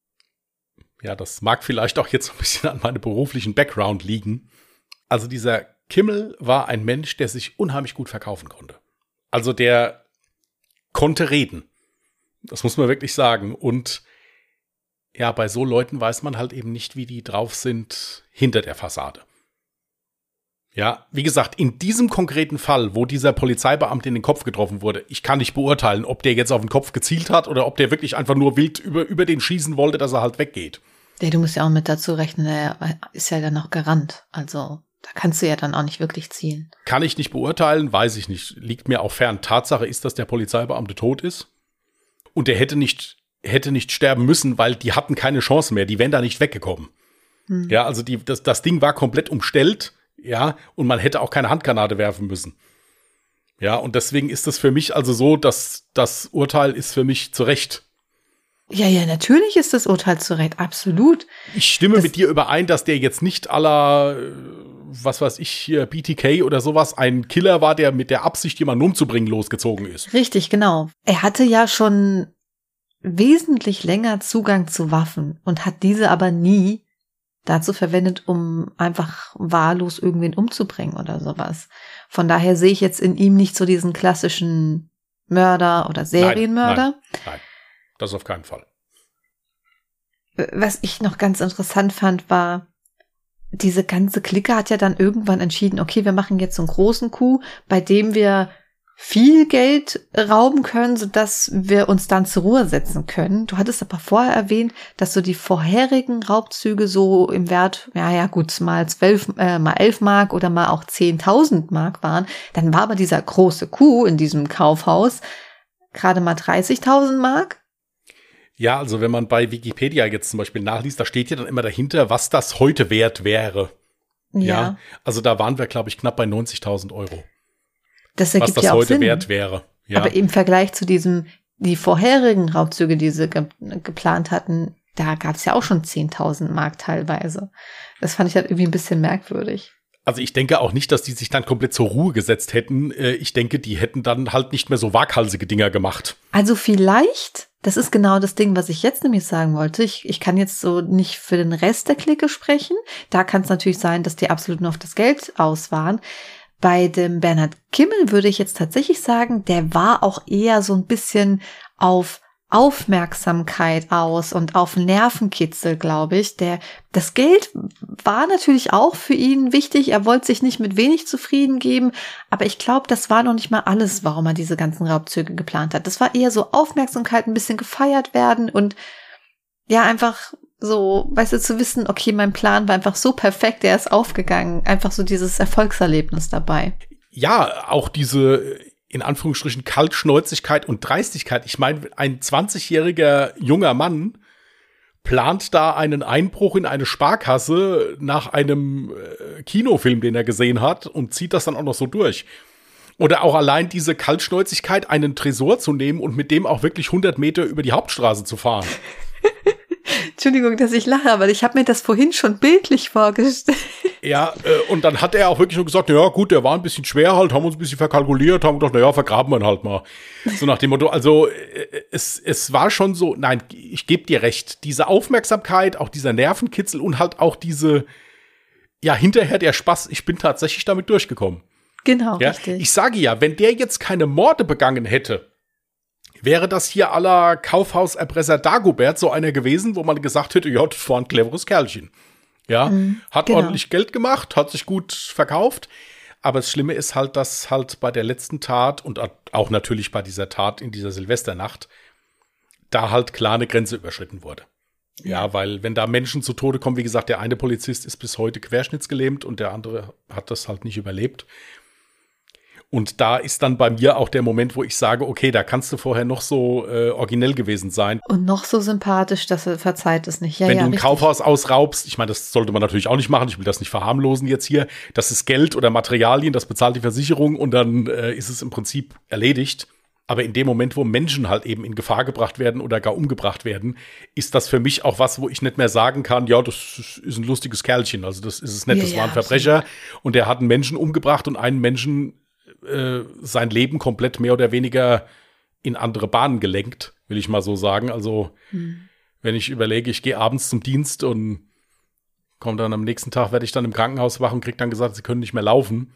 B: das mag vielleicht auch jetzt so ein bisschen an meinem beruflichen Background liegen. Also dieser Kimmel war ein Mensch, der sich unheimlich gut verkaufen konnte. Also der konnte reden. Das muss man wirklich sagen. Und ja, bei so Leuten weiß man halt eben nicht, wie die drauf sind hinter der Fassade. Ja, wie gesagt, in diesem konkreten Fall, wo dieser Polizeibeamte in den Kopf getroffen wurde, ich kann nicht beurteilen, ob der jetzt auf den Kopf gezielt hat oder ob der wirklich einfach nur wild über den schießen wollte, dass er halt weggeht.
A: Ja, du musst ja auch mit dazu rechnen, er ist ja dann noch gerannt. Also da kannst du ja dann auch nicht wirklich zielen.
B: Kann ich nicht beurteilen, weiß ich nicht. Liegt mir auch fern. Tatsache ist, dass der Polizeibeamte tot ist. Und der hätte nicht sterben müssen, weil die hatten keine Chance mehr. Die wären da nicht weggekommen. Ja, also das Ding war komplett umstellt. Ja, und man hätte auch keine Handgranate werfen müssen. Ja, und deswegen ist das für mich also so, dass das Urteil ist für mich zu Recht.
A: Ja, natürlich ist das Urteil zu Recht, absolut.
B: Ich stimme mit dir überein, dass der jetzt nicht à la, was weiß ich, hier BTK oder sowas, ein Killer war, der mit der Absicht, jemanden umzubringen, losgezogen ist.
A: Richtig, genau. Er hatte ja schon wesentlich länger Zugang zu Waffen und hat diese aber nie dazu verwendet, um einfach wahllos irgendwen umzubringen oder sowas. Von daher sehe ich jetzt in ihm nicht so diesen klassischen Mörder oder Serienmörder.
B: Nein, das auf keinen Fall.
A: Was ich noch ganz interessant fand, war, diese ganze Clique hat ja dann irgendwann entschieden, okay, wir machen jetzt so einen großen Coup, bei dem wir viel Geld rauben können, sodass wir uns dann zur Ruhe setzen können. Du hattest aber vorher erwähnt, dass so die vorherigen Raubzüge so im Wert, ja gut, mal 11 Mark oder mal auch 10.000 Mark waren. Dann war aber dieser große Coup in diesem Kaufhaus gerade mal 30.000 Mark.
B: Ja, also wenn man bei Wikipedia jetzt zum Beispiel nachliest, da steht ja dann immer dahinter, was das heute wert wäre. Ja. Also da waren wir, glaube ich, knapp bei 90.000 Euro.
A: Das ergibt
B: was das
A: ja auch
B: heute
A: Sinn.
B: wert wäre. Ja.
A: Aber im Vergleich zu die vorherigen Raubzüge, die sie geplant hatten, da gab es ja auch schon 10.000 Mark teilweise. Das fand ich halt irgendwie ein bisschen merkwürdig.
B: Also ich denke auch nicht, dass die sich dann komplett zur Ruhe gesetzt hätten. Ich denke, die hätten dann halt nicht mehr so waghalsige Dinger gemacht.
A: Also vielleicht, das ist genau das Ding, was ich jetzt nämlich sagen wollte. Ich kann jetzt so nicht für den Rest der Clique sprechen. Da kann es natürlich sein, dass die absolut nur auf das Geld aus waren. Bei dem Bernhard Kimmel würde ich jetzt tatsächlich sagen, der war auch eher so ein bisschen auf Aufmerksamkeit aus und auf Nervenkitzel, glaube ich. Das Geld war natürlich auch für ihn wichtig. Er wollte sich nicht mit wenig zufrieden geben. Aber ich glaube, das war noch nicht mal alles, warum er diese ganzen Raubzüge geplant hat. Das war eher so Aufmerksamkeit, ein bisschen gefeiert werden und ja, einfach so, weißt du, zu wissen, okay, mein Plan war einfach so perfekt, der ist aufgegangen. Einfach so dieses Erfolgserlebnis dabei.
B: Ja, auch diese, in Anführungsstrichen, Kaltschnäuzigkeit und Dreistigkeit. Ich meine, ein 20-jähriger junger Mann plant da einen Einbruch in eine Sparkasse nach einem Kinofilm, den er gesehen hat und zieht das dann auch noch so durch. Oder auch allein diese Kaltschnäuzigkeit, einen Tresor zu nehmen und mit dem auch wirklich 100 Meter über die Hauptstraße zu fahren.
A: Entschuldigung, dass ich lache, aber ich habe mir das vorhin schon bildlich vorgestellt.
B: Ja, und dann hat er auch wirklich nur gesagt, ja gut, der war ein bisschen schwer halt, haben uns ein bisschen verkalkuliert, haben gedacht, naja, vergraben wir ihn halt mal. So nach dem Motto, also es war schon so, nein, ich gebe dir recht, diese Aufmerksamkeit, auch dieser Nervenkitzel und halt auch diese, ja, hinterher der Spaß, ich bin tatsächlich damit durchgekommen.
A: Genau,
B: ja?
A: richtig.
B: Ich sage ja, wenn der jetzt keine Morde begangen hätte, wäre das hier à la Kaufhauserpresser Dagobert so einer gewesen, wo man gesagt hätte, ja, das war ein cleveres Kerlchen. Ja, hat ordentlich Geld gemacht, hat sich gut verkauft. Aber das Schlimme ist halt, dass halt bei der letzten Tat und auch natürlich bei dieser Tat in dieser Silvesternacht da halt klar eine Grenze überschritten wurde. Ja, weil wenn da Menschen zu Tode kommen, wie gesagt, der eine Polizist ist bis heute querschnittsgelähmt und der andere hat das halt nicht überlebt. Und da ist dann bei mir auch der Moment, wo ich sage, okay, da kannst du vorher noch so originell gewesen sein.
A: Und noch so sympathisch, dass er verzeiht es nicht. Ja,
B: wenn
A: ja,
B: du ein
A: richtig.
B: Kaufhaus ausraubst, ich meine, das sollte man natürlich auch nicht machen, ich will das nicht verharmlosen jetzt hier, das ist Geld oder Materialien, das bezahlt die Versicherung und dann ist es im Prinzip erledigt. Aber in dem Moment, wo Menschen halt eben in Gefahr gebracht werden oder gar umgebracht werden, ist das für mich auch was, wo ich nicht mehr sagen kann, ja, das ist ein lustiges Kerlchen, also das ist es nicht, das war ein Verbrecher und der hat einen Menschen umgebracht und einen Menschen sein Leben komplett mehr oder weniger in andere Bahnen gelenkt, will ich mal so sagen. Also, wenn ich überlege, ich gehe abends zum Dienst und komme dann am nächsten Tag, werde ich dann im Krankenhaus wach und kriege dann gesagt, sie können nicht mehr laufen.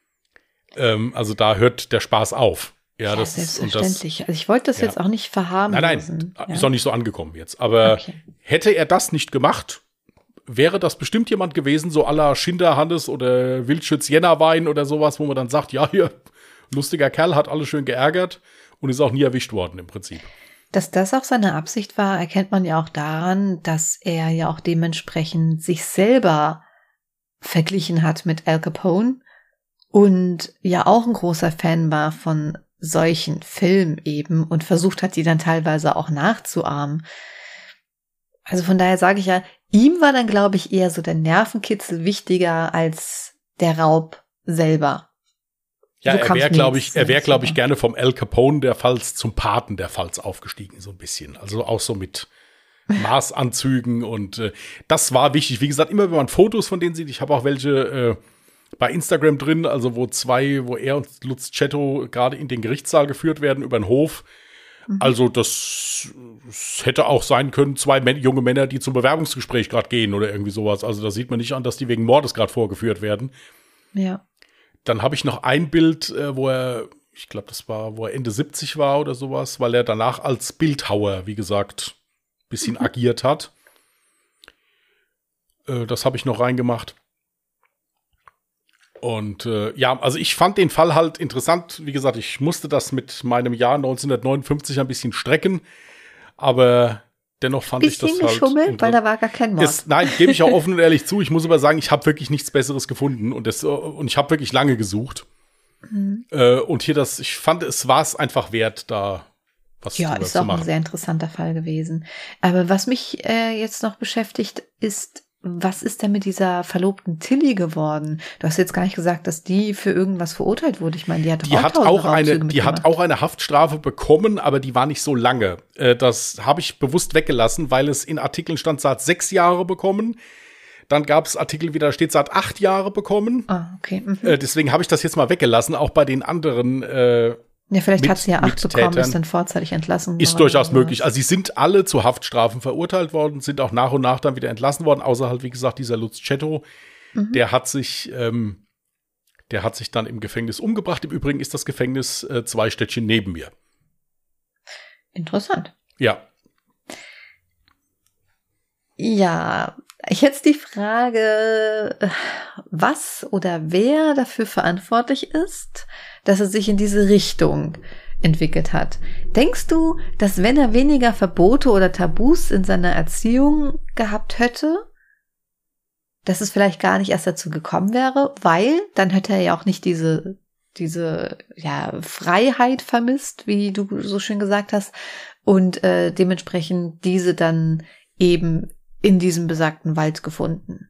B: Also, da hört der Spaß auf. Ja, das
A: selbstverständlich. Also, ich wollte das jetzt auch nicht verharmlosen.
B: Nein, ist auch nicht so angekommen jetzt. Aber hätte er das nicht gemacht, wäre das bestimmt jemand gewesen, so à la Schinderhannes oder Wildschütz Jännerwein oder sowas, wo man dann sagt, ja, hier, lustiger Kerl, hat alle schön geärgert und ist auch nie erwischt worden im Prinzip.
A: Dass das auch seine Absicht war, erkennt man ja auch daran, dass er ja auch dementsprechend sich selber verglichen hat mit Al Capone und ja auch ein großer Fan war von solchen Filmen eben und versucht hat, die dann teilweise auch nachzuahmen. Also von daher sage ich ja, ihm war dann, glaube ich, eher so der Nervenkitzel wichtiger als der Raub selber.
B: Ja, er wäre, glaube ich, gerne vom Al Capone der Pfalz zum Paten der Pfalz aufgestiegen, so ein bisschen. Also auch so mit Maßanzügen und das war wichtig. Wie gesagt, immer wenn man Fotos von denen sieht, ich habe auch welche bei Instagram drin, also wo er und Lutz Cetto gerade in den Gerichtssaal geführt werden über den Hof. Also das hätte auch sein können, zwei junge Männer, die zum Bewerbungsgespräch gerade gehen oder irgendwie sowas. Also da sieht man nicht an, dass die wegen Mordes gerade vorgeführt werden.
A: Ja.
B: Dann habe ich noch ein Bild, wo er, ich glaube, das war, wo er Ende 70 war oder sowas, weil er danach als Bildhauer, wie gesagt, ein bisschen agiert hat. Das habe ich noch reingemacht. Und ja, also ich fand den Fall halt interessant. Wie gesagt, ich musste das mit meinem Jahr 1959 ein bisschen strecken, aber dennoch fand ich das halt
A: geschummelt, weil da war gar kein Mord.
B: Nein, gebe ich auch offen und ehrlich zu. Ich muss aber sagen, ich habe wirklich nichts Besseres gefunden und ich habe wirklich lange gesucht. Und hier ich fand, es war es einfach wert, da was
A: ja,
B: zu machen.
A: Ja, ist auch ein sehr interessanter Fall gewesen. Aber was mich jetzt noch beschäftigt, ist, was ist denn mit dieser verlobten Tilly geworden? Du hast jetzt gar nicht gesagt, dass die für irgendwas verurteilt wurde. Ich meine, die hat auch
B: eine Haftstrafe bekommen, aber die war nicht so lange. Das habe ich bewusst weggelassen, weil es in Artikeln stand, sie hat 6 Jahre bekommen. Dann gab es Artikel, wie da steht, sie hat 8 Jahre bekommen.
A: Ah, okay.
B: Deswegen habe ich das jetzt mal weggelassen, auch bei den anderen
A: ja, vielleicht hat sie ja 8 bekommen, ist dann vorzeitig entlassen worden.
B: Ist durchaus möglich. Also sie sind alle zu Haftstrafen verurteilt worden, sind auch nach und nach dann wieder entlassen worden, außer halt, wie gesagt, dieser Lutz Czetto, der hat sich dann im Gefängnis umgebracht. Im Übrigen ist das Gefängnis 2 Städtchen neben mir.
A: Interessant.
B: Ja.
A: Ja, jetzt die Frage, was oder wer dafür verantwortlich ist, dass es sich in diese Richtung entwickelt hat. Denkst du, dass wenn er weniger Verbote oder Tabus in seiner Erziehung gehabt hätte, dass es vielleicht gar nicht erst dazu gekommen wäre, weil dann hätte er ja auch nicht diese Freiheit vermisst, wie du so schön gesagt hast, und dementsprechend diese dann eben in diesem besagten Wald gefunden?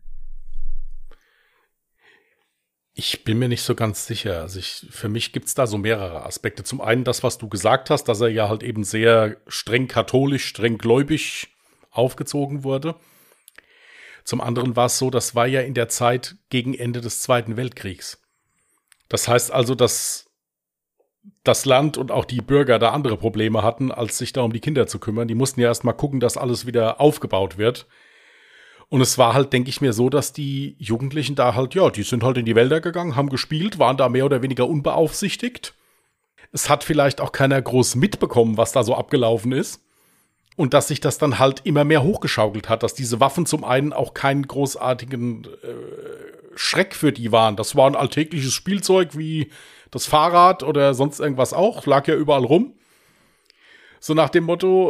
B: Ich bin mir nicht so ganz sicher. Also für mich gibt's da so mehrere Aspekte. Zum einen das, was du gesagt hast, dass er ja halt eben sehr streng katholisch, streng gläubig aufgezogen wurde. Zum anderen war es so, das war ja in der Zeit gegen Ende des Zweiten Weltkriegs. Das heißt also, dass das Land und auch die Bürger da andere Probleme hatten, als sich da um die Kinder zu kümmern. Die mussten ja erst mal gucken, dass alles wieder aufgebaut wird. Und es war halt, denke ich mir, so, dass die Jugendlichen da halt, ja, die sind halt in die Wälder gegangen, haben gespielt, waren da mehr oder weniger unbeaufsichtigt. Es hat vielleicht auch keiner groß mitbekommen, was da so abgelaufen ist. Und dass sich das dann halt immer mehr hochgeschaukelt hat, dass diese Waffen zum einen auch keinen großartigen Schreck für die waren. Das war ein alltägliches Spielzeug wie das Fahrrad oder sonst irgendwas auch, lag ja überall rum. So nach dem Motto,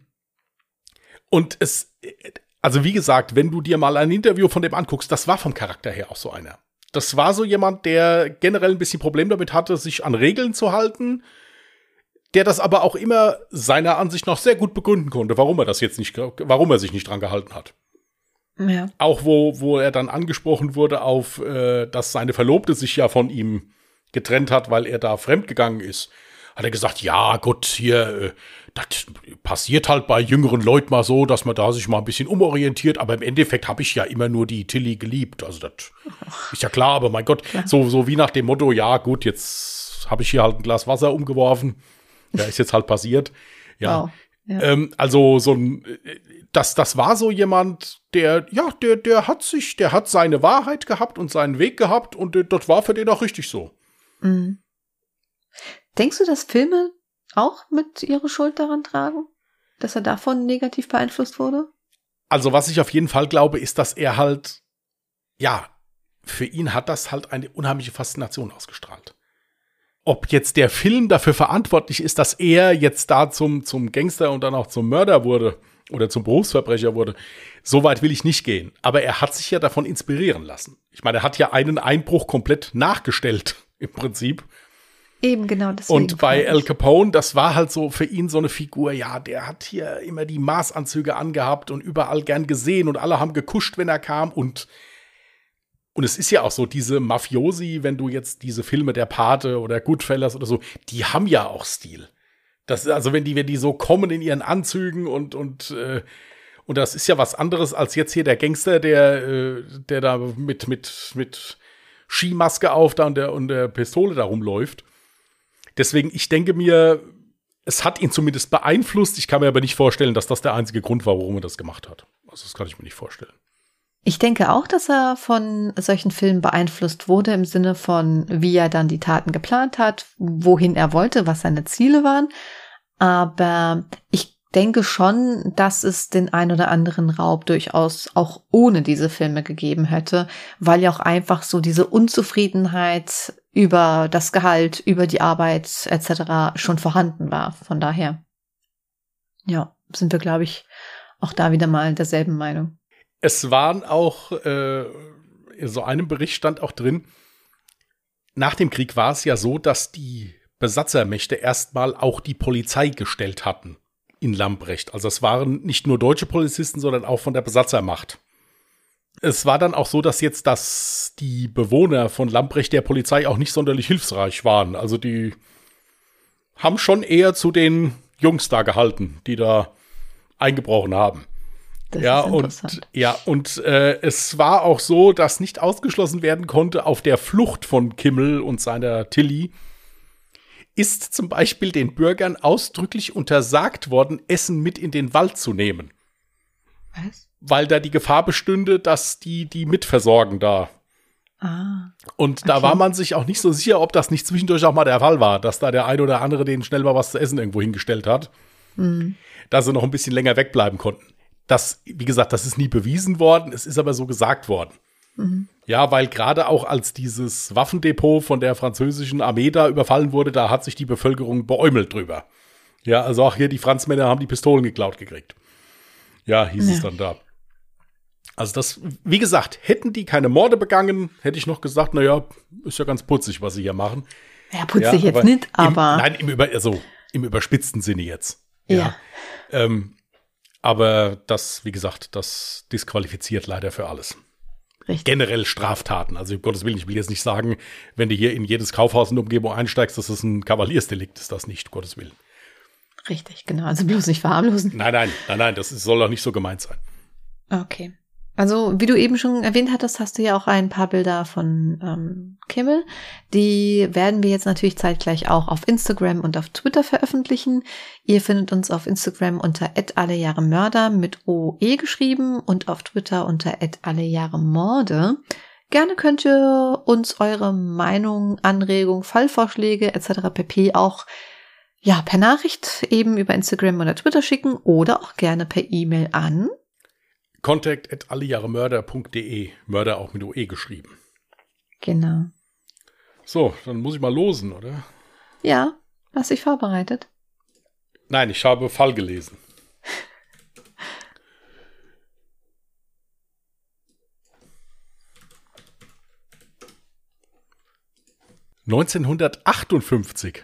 B: und also wie gesagt, wenn du dir mal ein Interview von dem anguckst, das war vom Charakter her auch so einer. Das war so jemand, der generell ein bisschen Problem damit hatte, sich an Regeln zu halten, der das aber auch immer seiner Ansicht nach sehr gut begründen konnte, warum er sich nicht dran gehalten hat.
A: Ja.
B: Auch wo er dann angesprochen wurde auf, dass seine Verlobte sich ja von ihm getrennt hat, weil er da fremdgegangen ist, hat er gesagt, ja gut, hier, das passiert halt bei jüngeren Leuten mal so, dass man da sich mal ein bisschen umorientiert, aber im Endeffekt habe ich ja immer nur die Tilly geliebt. Also das ist ja klar, aber mein Gott, so wie nach dem Motto, ja gut, jetzt habe ich hier halt ein Glas Wasser umgeworfen, ja, ist jetzt halt passiert. Ja, wow. Ja. Also das war so jemand, der hat seine Wahrheit gehabt und seinen Weg gehabt und das war für den auch richtig so.
A: Mhm. Denkst du, dass Filme auch mit ihre Schuld daran tragen, dass er davon negativ beeinflusst wurde?
B: Also was ich auf jeden Fall glaube, ist, dass er halt, ja, für ihn hat das halt eine unheimliche Faszination ausgestrahlt. Ob jetzt der Film dafür verantwortlich ist, dass er jetzt da zum Gangster und dann auch zum Mörder wurde oder zum Berufsverbrecher wurde, so weit will ich nicht gehen. Aber er hat sich ja davon inspirieren lassen. Ich meine, er hat ja einen Einbruch komplett nachgestellt, im Prinzip.
A: Eben, genau. Deswegen
B: und bei Al Capone, das war halt so für ihn so eine Figur, ja, der hat hier immer die Maßanzüge angehabt und überall gern gesehen und alle haben gekuscht, wenn er kam und es ist ja auch so, diese Mafiosi, wenn du jetzt diese Filme der Pate oder Goodfellas oder so, die haben ja auch Stil. Das, also wenn die so kommen in ihren Anzügen und das ist ja was anderes als jetzt hier der Gangster, der da mit Skimaske auf da und der Pistole da rumläuft. Deswegen, ich denke mir, es hat ihn zumindest beeinflusst. Ich kann mir aber nicht vorstellen, dass das der einzige Grund war, warum er das gemacht hat. Also das kann ich mir nicht vorstellen.
A: Ich denke auch, dass er von solchen Filmen beeinflusst wurde, im Sinne von, wie er dann die Taten geplant hat, wohin er wollte, was seine Ziele waren. Aber ich denke schon, dass es den ein oder anderen Raub durchaus auch ohne diese Filme gegeben hätte, weil ja auch einfach so diese Unzufriedenheit über das Gehalt, über die Arbeit etc. schon vorhanden war. Von daher, ja, sind wir, glaube ich, auch da wieder mal derselben Meinung.
B: Es waren auch, in so einem Bericht stand auch drin, nach dem Krieg war es ja so, dass die Besatzermächte erstmal auch die Polizei gestellt hatten in Lambrecht. Also es waren nicht nur deutsche Polizisten, sondern auch von der Besatzermacht. Es war dann auch so, dass die Bewohner von Lambrecht der Polizei auch nicht sonderlich hilfsreich waren. Also die haben schon eher zu den Jungs da gehalten, die da eingebrochen haben.
A: Das ist
B: und es war auch so, dass nicht ausgeschlossen werden konnte, auf der Flucht von Kimmel und seiner Tilly ist zum Beispiel den Bürgern ausdrücklich untersagt worden, Essen mit in den Wald zu nehmen.
A: Was?
B: Weil da die Gefahr bestünde, dass die mitversorgen da. Und da war man sich auch nicht so sicher, ob das nicht zwischendurch auch mal der Fall war, dass da der ein oder andere denen schnell mal was zu essen irgendwo hingestellt hat, dass sie noch ein bisschen länger wegbleiben konnten. Das, wie gesagt, das ist nie bewiesen worden, es ist aber so gesagt worden. Ja, weil gerade auch als dieses Waffendepot von der französischen Armee da überfallen wurde, da hat sich die Bevölkerung beäumelt drüber. Ja, also auch hier die Franzmänner haben die Pistolen geklaut gekriegt. Ja, hieß es dann da. Also das, wie gesagt, hätten die keine Morde begangen, hätte ich noch gesagt, naja, ist ja ganz putzig, was sie hier machen.
A: Ja, putzig jetzt nicht, aber
B: im überspitzten Sinne jetzt. Ja. Aber das, wie gesagt, das disqualifiziert leider für alles.
A: Richtig.
B: Generell Straftaten. Also um Gottes Willen, ich will jetzt nicht sagen, wenn du hier in jedes Kaufhaus in der Umgebung einsteigst, dass das ein Kavaliersdelikt ist, das nicht, um Gottes Willen.
A: Richtig, genau. Also bloß nicht verharmlosen.
B: Nein, das soll auch nicht so gemeint sein.
A: Okay. Also, wie du eben schon erwähnt hattest, hast du ja auch ein paar Bilder von Kimmel. Die werden wir jetzt natürlich zeitgleich auch auf Instagram und auf Twitter veröffentlichen. Ihr findet uns auf Instagram unter @allejahremörder mit OE geschrieben und auf Twitter unter @allejahremorde. Gerne könnt ihr uns eure Meinung, Anregung, Fallvorschläge etc. pp. auch per Nachricht eben über Instagram oder Twitter schicken oder auch gerne per E-Mail an
B: contact@allejahremörder.de. Mörder auch mit OE geschrieben.
A: Genau.
B: So, dann muss ich mal losen, oder?
A: Ja, hast dich vorbereitet?
B: Nein, ich habe Fall gelesen. (1958)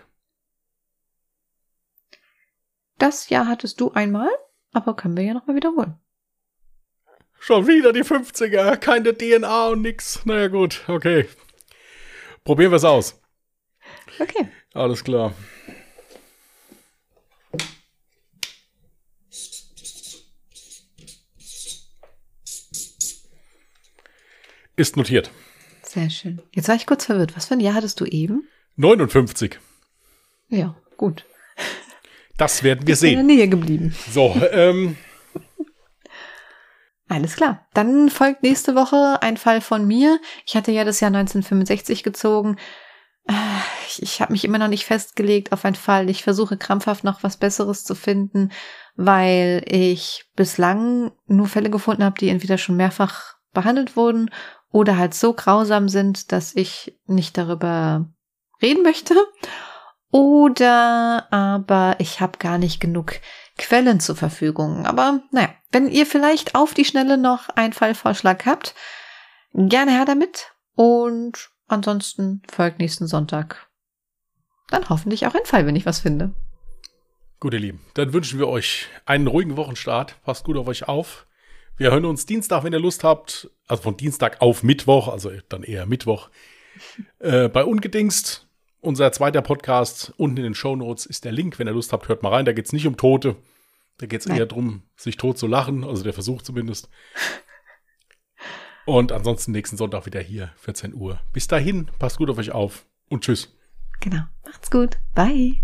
A: Das Jahr hattest du einmal, aber können wir ja nochmal wiederholen.
B: Schon wieder die 50er, keine DNA und nix. Naja gut, okay. Probieren wir es aus.
A: Okay.
B: Alles klar. Ist notiert.
A: Sehr schön. Jetzt war ich kurz verwirrt. Was für ein Jahr hattest du eben?
B: 59.
A: Ja, gut.
B: Das werden wir sehen.
A: In der Nähe geblieben.
B: So,
A: Alles klar. Dann folgt nächste Woche ein Fall von mir. Ich hatte ja das Jahr 1965 gezogen. Ich habe mich immer noch nicht festgelegt auf einen Fall. Ich versuche krampfhaft noch was Besseres zu finden, weil ich bislang nur Fälle gefunden habe, die entweder schon mehrfach behandelt wurden oder halt so grausam sind, dass ich nicht darüber reden möchte. Oder aber ich habe gar nicht genug Quellen zur Verfügung. Aber naja, wenn ihr vielleicht auf die Schnelle noch einen Fallvorschlag habt, gerne her damit. Und ansonsten folgt nächsten Sonntag dann hoffentlich auch ein Fall, wenn ich was finde.
B: Gut, ihr Lieben, dann wünschen wir euch einen ruhigen Wochenstart. Passt gut auf euch auf. Wir hören uns Dienstag, wenn ihr Lust habt. Also von Dienstag auf Mittwoch, also dann eher Mittwoch. Bei Ungedingst, unser zweiter Podcast. Unten in den Shownotes ist der Link. Wenn ihr Lust habt, hört mal rein. Da geht es nicht um Tote. Da geht es eher darum, sich tot zu lachen. Also der Versuch zumindest. Und ansonsten nächsten Sonntag wieder hier, 14 Uhr. Bis dahin, passt gut auf euch auf und tschüss.
A: Genau. Macht's gut. Bye.